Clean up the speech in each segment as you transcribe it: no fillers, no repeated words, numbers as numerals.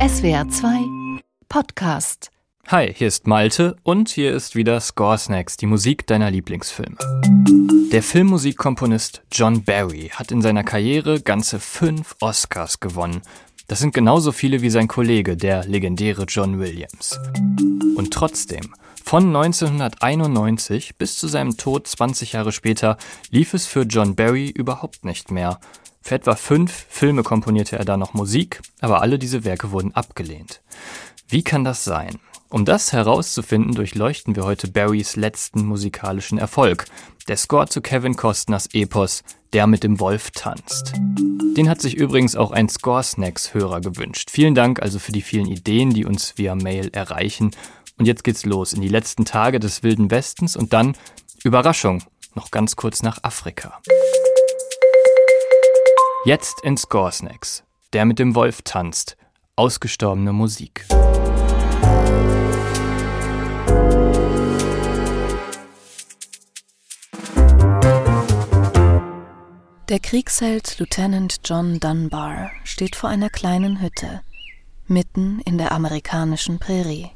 SWR 2 Podcast. Hi, hier ist Malte und hier ist wieder Scoresnacks, die Musik deiner Lieblingsfilme. Der Filmmusikkomponist John Barry hat in seiner Karriere ganze 5 Oscars gewonnen. Das sind genauso viele wie sein Kollege, der legendäre John Williams. Und trotzdem, von 1991 bis zu seinem Tod 20 Jahre später, lief es für John Barry überhaupt nicht mehr. Für etwa 5 Filme komponierte er da noch Musik, aber alle diese Werke wurden abgelehnt. Wie kann das sein? Um das herauszufinden, durchleuchten wir heute Barrys letzten musikalischen Erfolg. Der Score zu Kevin Costners Epos Der mit dem Wolf tanzt. Den hat sich übrigens auch ein Scoresnacks-Hörer gewünscht. Vielen Dank also für die vielen Ideen, die uns via Mail erreichen. Und jetzt geht's los in die letzten Tage des Wilden Westens und dann, Überraschung, noch ganz kurz nach Afrika. Jetzt in Scoresnacks. Der mit dem Wolf tanzt. Ausgestorbene Musik. Der Kriegsheld Lieutenant John Dunbar steht vor einer kleinen Hütte, mitten in der amerikanischen Prärie.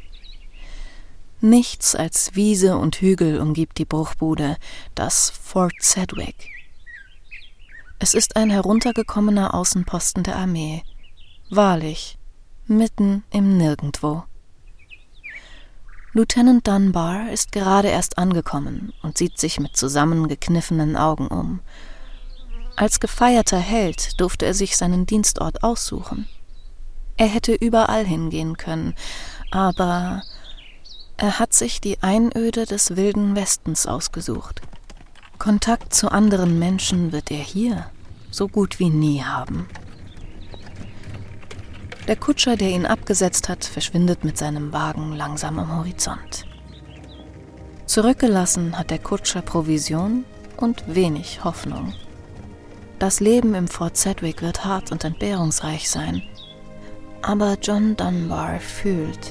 Nichts als Wiese und Hügel umgibt die Bruchbude, das Fort Sedgwick. Es ist ein heruntergekommener Außenposten der Armee, wahrlich, mitten im Nirgendwo. Lieutenant Dunbar ist gerade erst angekommen und sieht sich mit zusammengekniffenen Augen um. Als gefeierter Held durfte er sich seinen Dienstort aussuchen. Er hätte überall hingehen können, aber er hat sich die Einöde des Wilden Westens ausgesucht. Kontakt zu anderen Menschen wird er hier so gut wie nie haben. Der Kutscher, der ihn abgesetzt hat, verschwindet mit seinem Wagen langsam am Horizont. Zurückgelassen hat der Kutscher Provision und wenig Hoffnung. Das Leben im Fort Sedgwick wird hart und entbehrungsreich sein. Aber John Dunbar fühlt,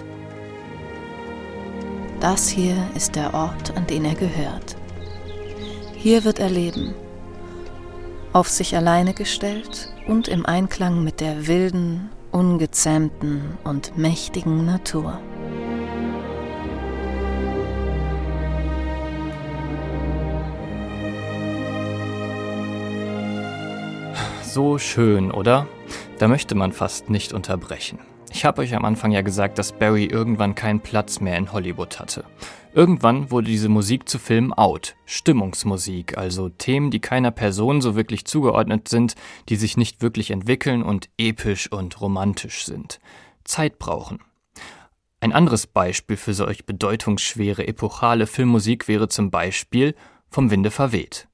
das hier ist der Ort, an den er gehört. Hier wird er leben, auf sich alleine gestellt und im Einklang mit der wilden, ungezähmten und mächtigen Natur. So schön, oder? Da möchte man fast nicht unterbrechen. Ich habe euch am Anfang ja gesagt, dass Barry irgendwann keinen Platz mehr in Hollywood hatte. Irgendwann wurde diese Musik zu Filmen out. Stimmungsmusik, also Themen, die keiner Person so wirklich zugeordnet sind, die sich nicht wirklich entwickeln und episch und romantisch sind. Zeit brauchen. Ein anderes Beispiel für solch bedeutungsschwere, epochale Filmmusik wäre zum Beispiel Vom Winde verweht.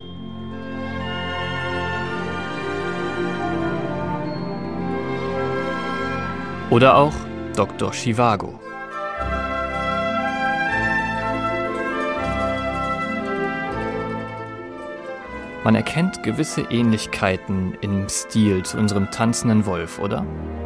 Oder auch Dr. Zhivago. Man erkennt gewisse Ähnlichkeiten im Stil zu unserem tanzenden Wolf, oder?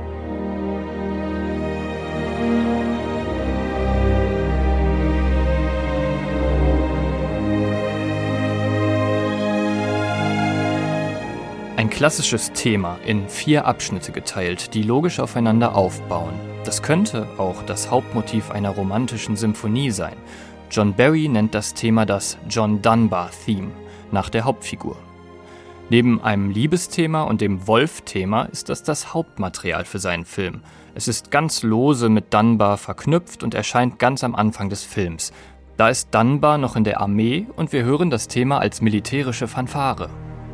Ein klassisches Thema in 4 Abschnitte geteilt, die logisch aufeinander aufbauen. Das könnte auch das Hauptmotiv einer romantischen Symphonie sein. John Barry nennt das Thema das John Dunbar Theme, nach der Hauptfigur. Neben einem Liebesthema und dem Wolf-Thema ist das Hauptmaterial für seinen Film. Es ist ganz lose mit Dunbar verknüpft und erscheint ganz am Anfang des Films. Da ist Dunbar noch in der Armee und wir hören das Thema als militärische Fanfare.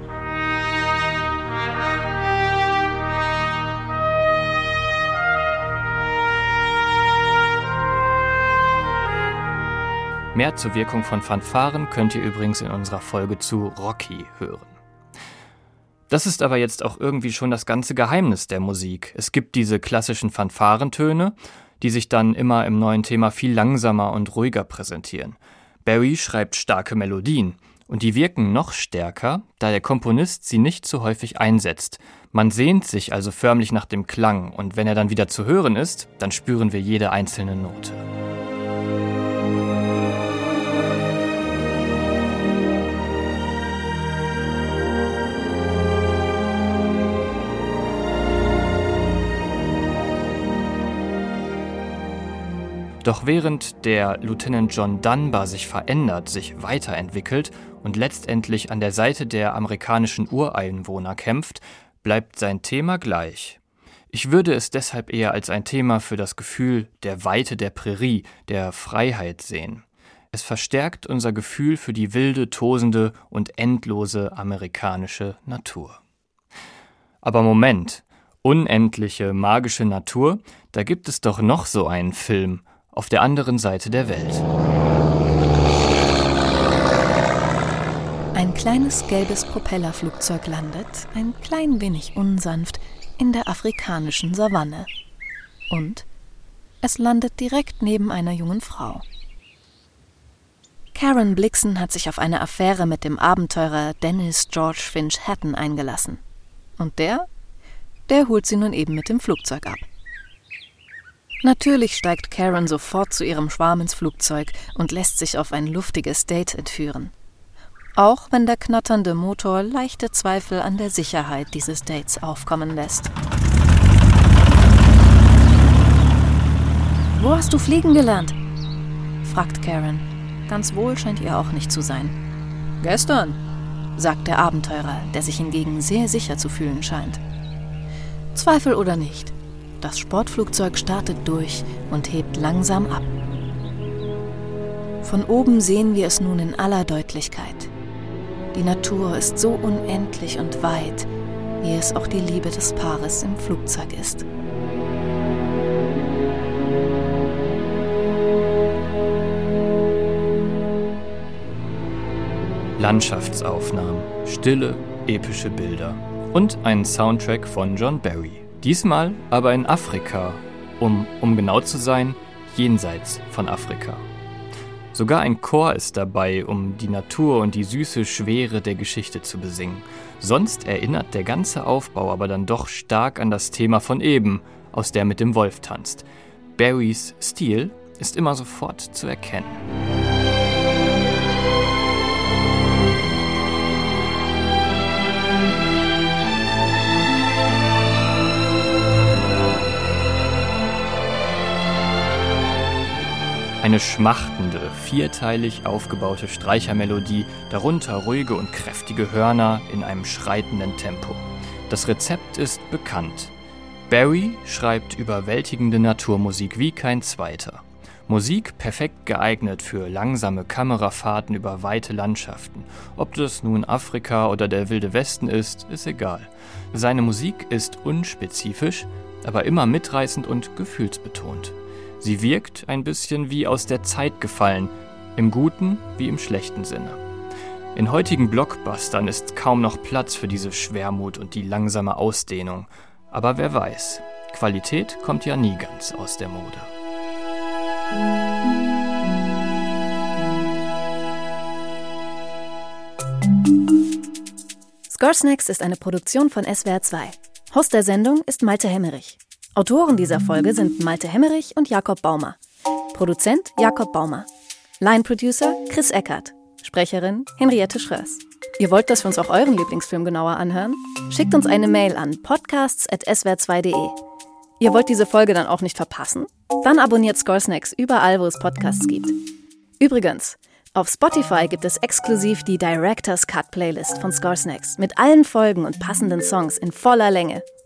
Mehr zur Wirkung von Fanfaren könnt ihr übrigens in unserer Folge zu Rocky hören. Das ist aber jetzt auch irgendwie schon das ganze Geheimnis der Musik. Es gibt diese klassischen Fanfarentöne, die sich dann immer im neuen Thema viel langsamer und ruhiger präsentieren. Barry schreibt starke Melodien und die wirken noch stärker, da der Komponist sie nicht so häufig einsetzt. Man sehnt sich also förmlich nach dem Klang und wenn er dann wieder zu hören ist, dann spüren wir jede einzelne Note. Doch während der Lieutenant John Dunbar sich verändert, sich weiterentwickelt und letztendlich an der Seite der amerikanischen Ureinwohner kämpft, bleibt sein Thema gleich. Ich würde es deshalb eher als ein Thema für das Gefühl der Weite der Prärie, der Freiheit sehen. Es verstärkt unser Gefühl für die wilde, tosende und endlose amerikanische Natur. Aber Moment, unendliche, magische Natur, da gibt es doch noch so einen Film auf der anderen Seite der Welt. Ein kleines gelbes Propellerflugzeug landet, ein klein wenig unsanft, in der afrikanischen Savanne. Und es landet direkt neben einer jungen Frau. Karen Blixen hat sich auf eine Affäre mit dem Abenteurer Dennis George Finch Hatton eingelassen. Und der holt sie nun eben mit dem Flugzeug ab. Natürlich steigt Karen sofort zu ihrem Schwarm ins Flugzeug und lässt sich auf ein luftiges Date entführen. Auch wenn der knatternde Motor leichte Zweifel an der Sicherheit dieses Dates aufkommen lässt. »Wo hast du fliegen gelernt?« fragt Karen. Ganz wohl scheint ihr auch nicht zu sein. »Gestern«, sagt der Abenteurer, der sich hingegen sehr sicher zu fühlen scheint. Zweifel oder nicht, das Sportflugzeug startet durch und hebt langsam ab. Von oben sehen wir es nun in aller Deutlichkeit. Die Natur ist so unendlich und weit, wie es auch die Liebe des Paares im Flugzeug ist. Landschaftsaufnahmen, stille, epische Bilder und einen Soundtrack von John Barry. Diesmal aber in Afrika, um genau zu sein, jenseits von Afrika. Sogar ein Chor ist dabei, um die Natur und die süße Schwere der Geschichte zu besingen. Sonst erinnert der ganze Aufbau aber dann doch stark an das Thema von eben, aus der mit dem Wolf tanzt. Barrys Stil ist immer sofort zu erkennen. Eine schmachtende, vierteilig aufgebaute Streichermelodie, darunter ruhige und kräftige Hörner in einem schreitenden Tempo. Das Rezept ist bekannt. Barry schreibt überwältigende Naturmusik wie kein zweiter. Musik perfekt geeignet für langsame Kamerafahrten über weite Landschaften. Ob das nun Afrika oder der Wilde Westen ist egal. Seine Musik ist unspezifisch, aber immer mitreißend und gefühlsbetont. Sie wirkt ein bisschen wie aus der Zeit gefallen, im guten wie im schlechten Sinne. In heutigen Blockbustern ist kaum noch Platz für diese Schwermut und die langsame Ausdehnung. Aber wer weiß, Qualität kommt ja nie ganz aus der Mode. Scoresnacks ist eine Produktion von SWR 2. Host der Sendung ist Malte Hemmerich. Autoren dieser Folge sind Malte Hemmerich und Jakob Baumer. Produzent Jakob Baumer. Line-Producer Chris Eckert. Sprecherin Henriette Schröers. Ihr wollt, dass wir uns auch euren Lieblingsfilm genauer anhören? Schickt uns eine Mail an podcasts@swr2.de. Ihr wollt diese Folge dann auch nicht verpassen? Dann abonniert Scoresnacks überall, wo es Podcasts gibt. Übrigens, auf Spotify gibt es exklusiv die Director's Cut Playlist von Scoresnacks mit allen Folgen und passenden Songs in voller Länge.